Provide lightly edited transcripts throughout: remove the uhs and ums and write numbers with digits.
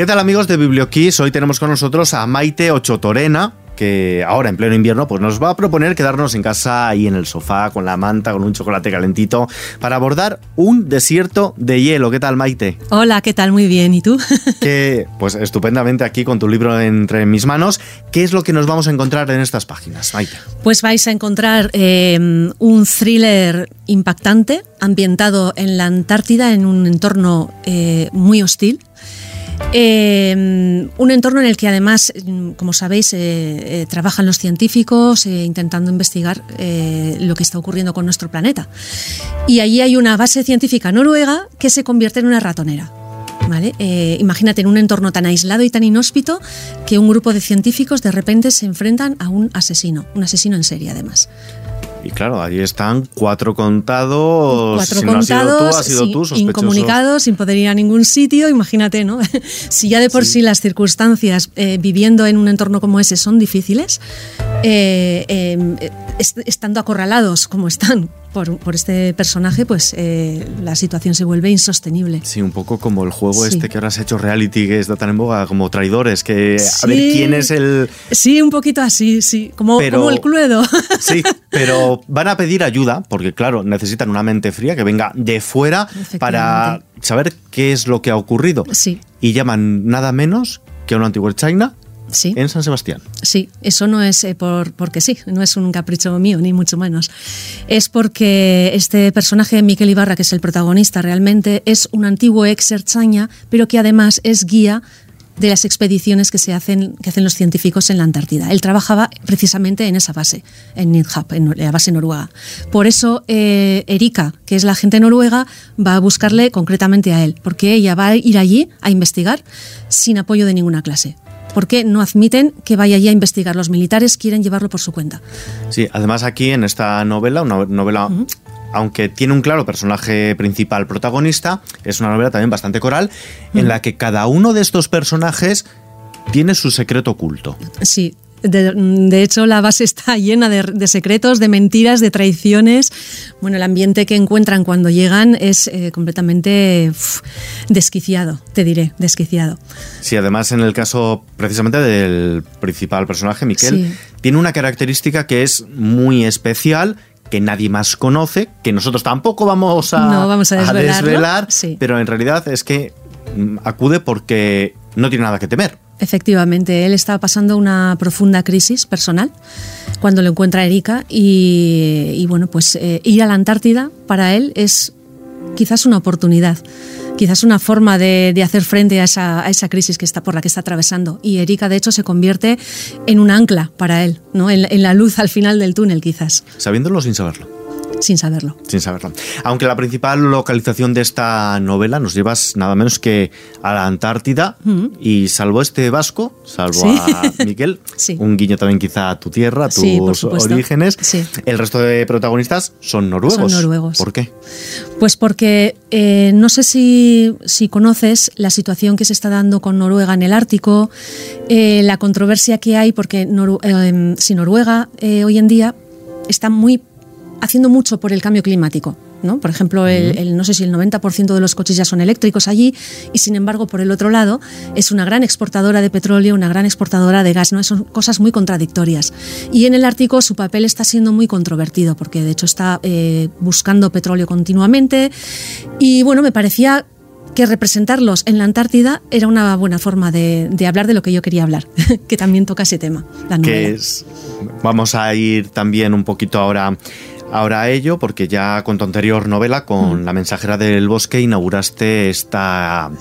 ¿Qué tal, amigos de Biblioquiz? Hoy tenemos con nosotros a Maite Ochotorena, que ahora en pleno invierno pues nos va a proponer quedarnos en casa ahí en el sofá con la manta, con un chocolate calentito, para abordar un desierto de hielo. ¿Qué tal, Maite? Hola, ¿qué tal? Muy bien, ¿y tú? Que pues estupendamente aquí con tu libro entre mis manos. ¿Qué es lo que nos vamos a encontrar en estas páginas, Maite? Pues vais a encontrar un thriller impactante ambientado en la Antártida, en un entorno muy hostil. Un entorno en el que además, como sabéis, trabajan los científicos intentando investigar lo que está ocurriendo con nuestro planeta. Y allí hay una base científica noruega que se convierte en una ratonera. ¿Vale? Imagínate en un entorno tan aislado y tan inhóspito que un grupo de científicos de repente se enfrentan a un asesino en serie además. Y claro, ahí están cuatro contados. Si no has sido tú, sospechosos. Incomunicados, sin poder ir a ningún sitio, imagínate, ¿no? Si ya de por sí las circunstancias viviendo en un entorno como ese son difíciles, estando acorralados como están por este personaje, pues la situación se vuelve insostenible. Sí, un poco como el juego este que ahora se ha hecho reality, que está tan en boga, como Traidores, que a ver quién es el... Sí, un poquito así, sí, como el Cluedo. Sí, pero van a pedir ayuda, porque claro, necesitan una mente fría que venga de fuera para saber qué es lo que ha ocurrido. Sí. Y llaman nada menos que a un antiguo China. Sí. En San Sebastián. Sí, eso no es porque sí, no es un capricho mío, ni mucho menos. Es porque este personaje, Miquel Ibarra, que es el protagonista realmente, es un antiguo ex Ertzaina, pero que además es guía de las expediciones que hacen los científicos en la Antártida. Él trabajaba precisamente en esa base, en Nidhab, en la base noruega. Por eso Erika, que es la agente noruega, va a buscarle concretamente a él, porque ella va a ir allí a investigar sin apoyo de ninguna clase. Porque no admiten que vaya allí a investigar. Los militares quieren llevarlo por su cuenta. Sí, además aquí en esta novela, una novela, aunque tiene un claro personaje principal protagonista, es una novela también bastante coral, en la que cada uno de estos personajes tiene su secreto oculto. Sí. De hecho, la base está llena de secretos, de mentiras, de traiciones. Bueno, el ambiente que encuentran cuando llegan es completamente desquiciado, te diré, desquiciado. Sí, además en el caso precisamente del principal personaje, Miquel, tiene una característica que es muy especial, que nadie más conoce, que nosotros tampoco vamos a desvelar, pero en realidad es que acude porque no tiene nada que temer. Efectivamente, él estaba pasando una profunda crisis personal cuando lo encuentra Erika y bueno, pues ir a la Antártida para él es quizás una oportunidad, quizás una forma de hacer frente a esa crisis por la que está atravesando. Y Erika, de hecho, se convierte en un ancla para él, ¿no? En la luz al final del túnel, quizás. ¿Sabiéndolo o sin saberlo? Sin saberlo. Sin saberlo. Aunque la principal localización de esta novela nos llevas nada menos que a la Antártida y salvo este vasco, a Miquel, un guiño también quizá a tu tierra, a tus orígenes, el resto de protagonistas son noruegos. Son noruegos. ¿Por qué? Pues porque no sé si conoces la situación que se está dando con Noruega en el Ártico, la controversia que hay porque si Noruega hoy en día está haciendo mucho por el cambio climático, ¿no? Por ejemplo, no sé si el 90% de los coches ya son eléctricos allí y sin embargo, por el otro lado, es una gran exportadora de petróleo, una gran exportadora de gas, ¿no? Son cosas muy contradictorias. Y en el Ártico su papel está siendo muy controvertido porque de hecho está buscando petróleo continuamente y bueno, me parecía que representarlos en la Antártida era una buena forma de hablar de lo que yo quería hablar, que también toca ese tema, la novela. Vamos a ir también un poquito ahora a ello, porque ya con tu anterior novela, con La mensajera del bosque, inauguraste esta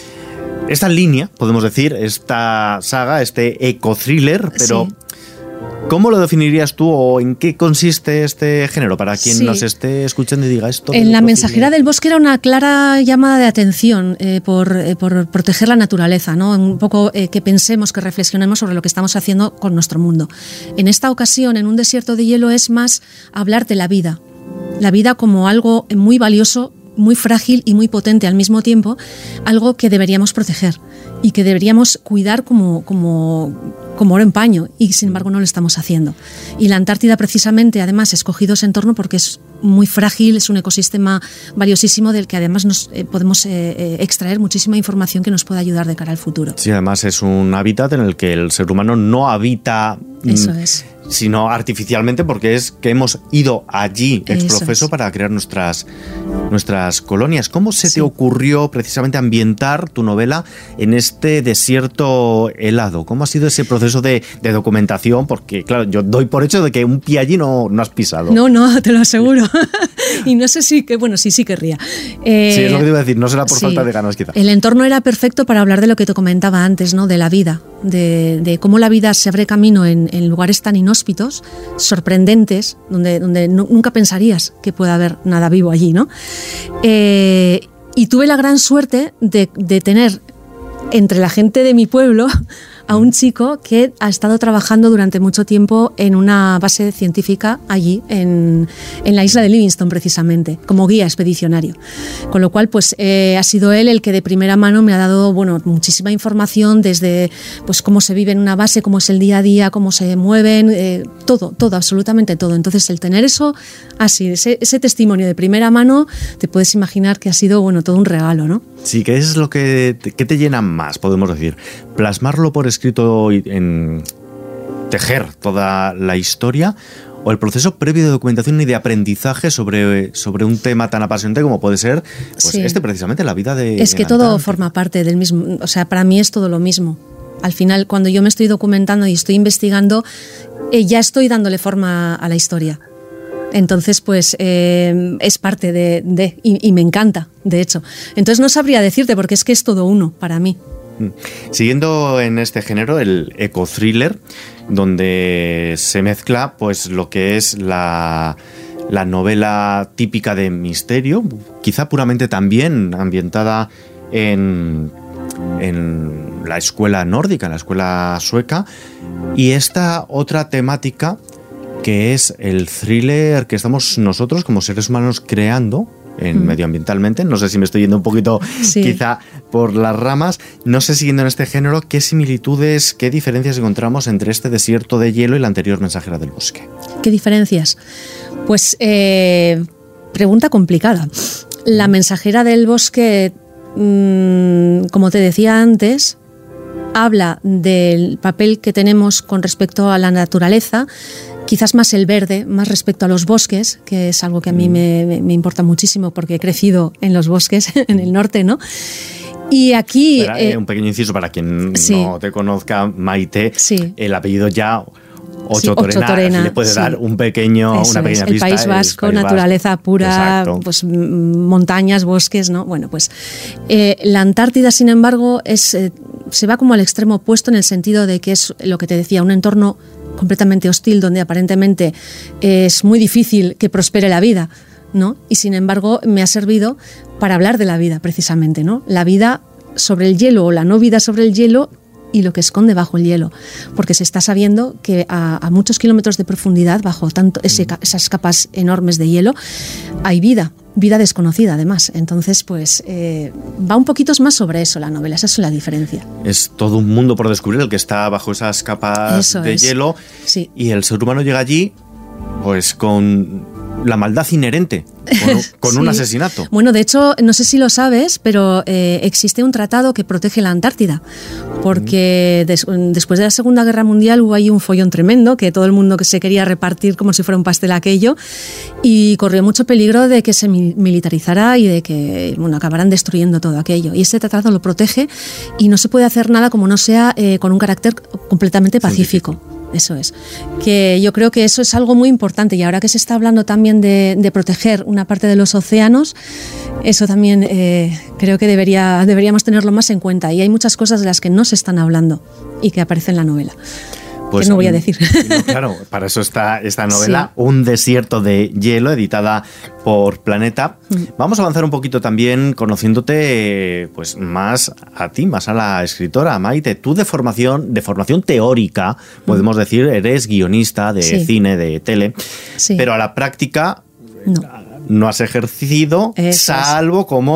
línea, podemos decir, esta saga, este eco-thriller, pero ¿cómo lo definirías tú o en qué consiste este género? Para quien nos esté escuchando y diga esto. En La mensajera del bosque era una clara llamada de atención por proteger la naturaleza, ¿no? Un poco que pensemos, que reflexionemos sobre lo que estamos haciendo con nuestro mundo. En esta ocasión, en Un desierto de hielo, es más hablar de la vida como algo muy valioso, muy frágil y muy potente al mismo tiempo, algo que deberíamos proteger y que deberíamos cuidar como como oro en paño, y sin embargo no lo estamos haciendo. Y la Antártida precisamente, además, he escogido ese entorno porque es muy frágil, es un ecosistema valiosísimo del que además nos podemos extraer muchísima información que nos pueda ayudar de cara al futuro. Sí, además es un hábitat en el que el ser humano no habita... Eso es. Sino artificialmente, porque es que hemos ido allí exprofeso para crear nuestras colonias. ¿Cómo se te ocurrió precisamente ambientar tu novela en este desierto helado? ¿Cómo ha sido ese proceso de documentación? Porque, claro, yo doy por hecho de que un pie allí no has pisado. No, te lo aseguro. Y no sé si, sí querría. Sí, es lo que te iba a decir, no será por falta de ganas quizá. El entorno era perfecto para hablar de lo que te comentaba antes, ¿no? De la vida, de cómo la vida se abre camino en lugares tan inhóspitos, sorprendentes, donde nunca pensarías que pueda haber nada vivo allí, ¿no? Y tuve la gran suerte de tener entre la gente de mi pueblo a un chico que ha estado trabajando durante mucho tiempo en una base científica allí, en la isla de Livingstone precisamente, como guía expedicionario. Con lo cual, pues ha sido él el que de primera mano me ha dado, muchísima información desde pues cómo se vive en una base, cómo es el día a día, cómo se mueven, todo, absolutamente todo. Entonces, el tener eso así, ese testimonio de primera mano, te puedes imaginar que ha sido, todo un regalo, ¿no? Sí, ¿qué es lo que te llena más, podemos decir? Plasmarlo por escrito, en tejer toda la historia, o el proceso previo de documentación y de aprendizaje sobre un tema tan apasionante como puede ser precisamente la vida de... Es que todo forma parte del mismo, o sea, para mí es todo lo mismo. Al final, cuando yo me estoy documentando y estoy investigando, ya estoy dándole forma a la historia. Entonces, pues es parte y me encanta, de hecho. Entonces no sabría decirte, porque es que es todo uno para mí. Siguiendo en este género, el ecothriller, donde se mezcla pues lo que es la novela típica de misterio, quizá puramente también ambientada en la escuela nórdica, en la escuela sueca, y esta otra temática que es el thriller que estamos nosotros como seres humanos creando medioambientalmente. No sé si me estoy yendo un poquito quizá por las ramas. No sé, siguiendo en este género, ¿qué similitudes, qué diferencias encontramos entre este desierto de hielo y la anterior Mensajera del Bosque? ¿Qué diferencias? Pues pregunta complicada. La Mensajera del Bosque, como te decía antes, habla del papel que tenemos con respecto a la naturaleza, quizás más el verde, más respecto a los bosques, que es algo que a mí me importa muchísimo porque he crecido en los bosques, en el norte, ¿no? Y aquí... un pequeño inciso para quien no te conozca, Maite, el apellido ya... Ocho Torena, le puede dar una pequeña pista. El País Vasco, naturaleza pura, pues montañas, bosques, ¿no? Bueno, pues la Antártida, sin embargo, se va como al extremo opuesto, en el sentido de que es lo que te decía, un entorno completamente hostil, donde aparentemente es muy difícil que prospere la vida, ¿no? Y sin embargo me ha servido para hablar de la vida, precisamente, ¿no? La vida sobre el hielo, o la no vida sobre el hielo, y lo que esconde bajo el hielo, porque se está sabiendo que a muchos kilómetros de profundidad, bajo esas capas enormes de hielo, hay vida desconocida además. Entonces, pues va un poquito más sobre eso la novela, esa es la diferencia. Es todo un mundo por descubrir el que está bajo esas capas de hielo, y el ser humano llega allí pues con la maldad inherente, con un asesinato. Bueno, de hecho, no sé si lo sabes, pero existe un tratado que protege la Antártida, porque después de la Segunda Guerra Mundial hubo ahí un follón tremendo, que todo el mundo que se quería repartir como si fuera un pastel aquello, y corrió mucho peligro de que se militarizara y de que acabaran destruyendo todo aquello. Y este tratado lo protege, y no se puede hacer nada como no sea con un carácter completamente pacífico. Eso es, que yo creo que eso es algo muy importante, y ahora que se está hablando también de proteger una parte de los océanos, eso también creo que deberíamos tenerlo más en cuenta, y hay muchas cosas de las que no se están hablando y que aparecen en la novela. Pues que no voy a decir. No, claro, para eso está esta novela, Un desierto de hielo, editada por Planeta. Vamos a avanzar un poquito también conociéndote pues más a ti, más a la escritora, Maite. Tú de formación teórica, podemos decir, eres guionista de cine, de tele, pero a la práctica no has ejercido, salvo como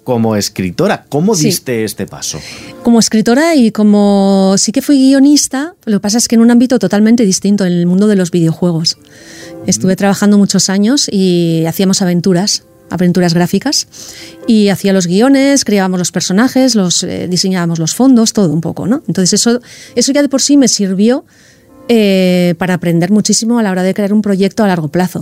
como escritora. ¿Cómo diste este paso? Como escritora y como sí que fui guionista, lo que pasa es que en un ámbito totalmente distinto, en el mundo de los videojuegos. Estuve trabajando muchos años y hacíamos aventuras gráficas, y hacía los guiones, creábamos los personajes, diseñábamos los fondos, todo un poco, ¿no? Entonces eso ya de por sí me sirvió para aprender muchísimo a la hora de crear un proyecto a largo plazo.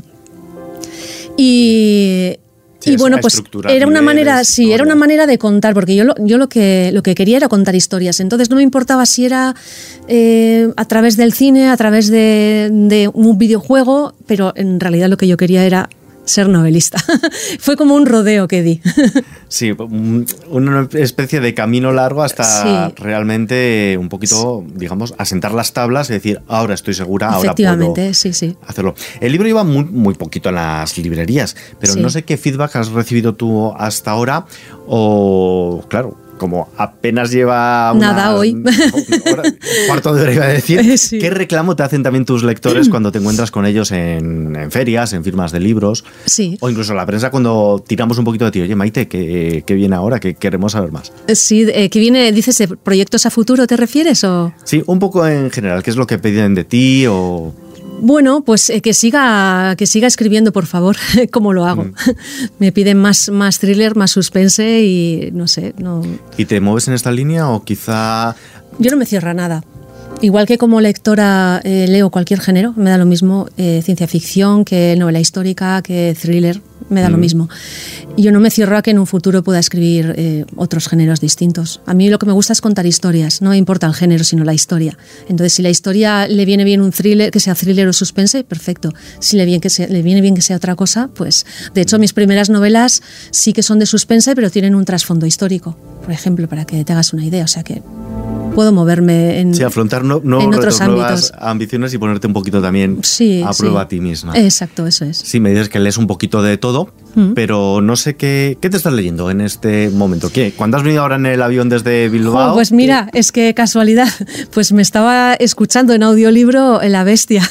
Y bueno, pues era una manera, era una manera de contar, porque yo lo que quería era contar historias. Entonces no me importaba si era a través del cine, a través de un videojuego, pero en realidad lo que yo quería era ser novelista. Fue como un rodeo que di. Sí, una especie de camino largo hasta realmente un poquito, digamos, asentar las tablas y decir, ahora estoy segura, ahora puedo hacerlo. El libro lleva muy poquito en las librerías, pero no sé qué feedback has recibido tú hasta ahora, o claro, como apenas lleva hoy. Cuarto de hora iba a decir. ¿Qué reclamo te hacen también tus lectores cuando te encuentras con ellos en ferias, en firmas de libros? Sí. O incluso la prensa cuando tiramos un poquito de ti. Oye, Maite, ¿qué viene ahora? Que queremos saber más. Sí, ¿qué viene? ¿Dices proyectos a futuro te refieres? ¿O? Sí, un poco en general. ¿Qué es lo que piden de ti? O... Bueno, pues que siga escribiendo, por favor. ¿Cómo lo hago? Me piden más thriller, más suspense y no sé. No. ¿Y te mueves en esta línea o quizá...? Yo no me cierro a nada. Igual que como lectora leo cualquier género, me da lo mismo ciencia ficción, que novela histórica, que thriller, me da lo mismo. Y yo no me cierro a que en un futuro pueda escribir otros géneros distintos. A mí lo que me gusta es contar historias, no me importa el género, sino la historia. Entonces, si la historia le viene bien un thriller, que sea thriller o suspense, perfecto. Si le viene bien que sea otra cosa, pues... De hecho, mis primeras novelas sí que son de suspense, pero tienen un trasfondo histórico, por ejemplo, para que te hagas una idea. O sea que puedo moverme en afrontar nuevos retos, nuevas ambiciones y ponerte un poquito también a prueba a ti misma. Exacto, eso es. Sí, me dices que lees un poquito de todo, pero no sé qué te estás leyendo en este momento. ¿Cuándo has venido ahora en el avión desde Bilbao? Pues mira, es que casualidad, pues me estaba escuchando en audiolibro La Bestia.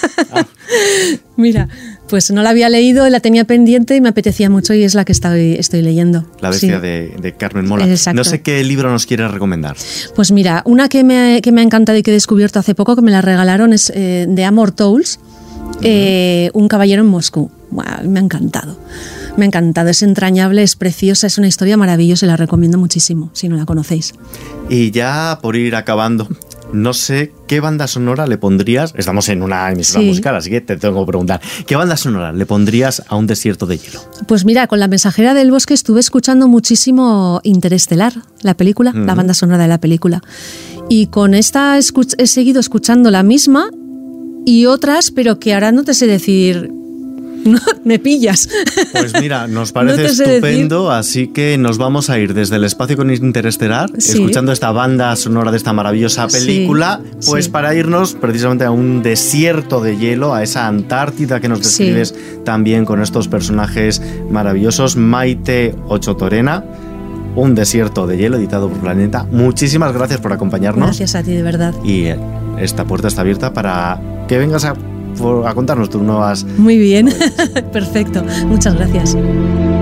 Mira, pues no la había leído, la tenía pendiente y me apetecía mucho y es la que estoy leyendo. La Bestia de Carmen Mola. Exacto. No sé qué libro nos quieres recomendar. Pues mira, una que me ha encantado y que he descubierto hace poco, que me la regalaron, es de Amor Towles, Un caballero en Moscú. Wow, me ha encantado. Me ha encantado, es entrañable, es preciosa, es una historia maravillosa y la recomiendo muchísimo, si no la conocéis. Y ya por ir acabando, no sé qué banda sonora le pondrías, estamos en una emisora musical, así que te tengo que preguntar, ¿qué banda sonora le pondrías a Un desierto de hielo? Pues mira, con La mensajera del bosque estuve escuchando muchísimo Interestelar, la película, la banda sonora de la película. Y con esta he seguido escuchando la misma y otras, pero que ahora no te sé decir... No, me pillas. Pues mira, nos parece estupendo, así que nos vamos a ir desde el espacio con Interestelar, escuchando esta banda sonora de esta maravillosa película, para irnos precisamente a un desierto de hielo, a esa Antártida que nos describes también con estos personajes maravillosos. Maite Ochotorena, Un desierto de hielo, editado por Planeta. Muchísimas gracias por acompañarnos. Gracias a ti, de verdad. Y esta puerta está abierta para que vengas a contarnos tus nuevas... Muy bien, perfecto. Muchas gracias.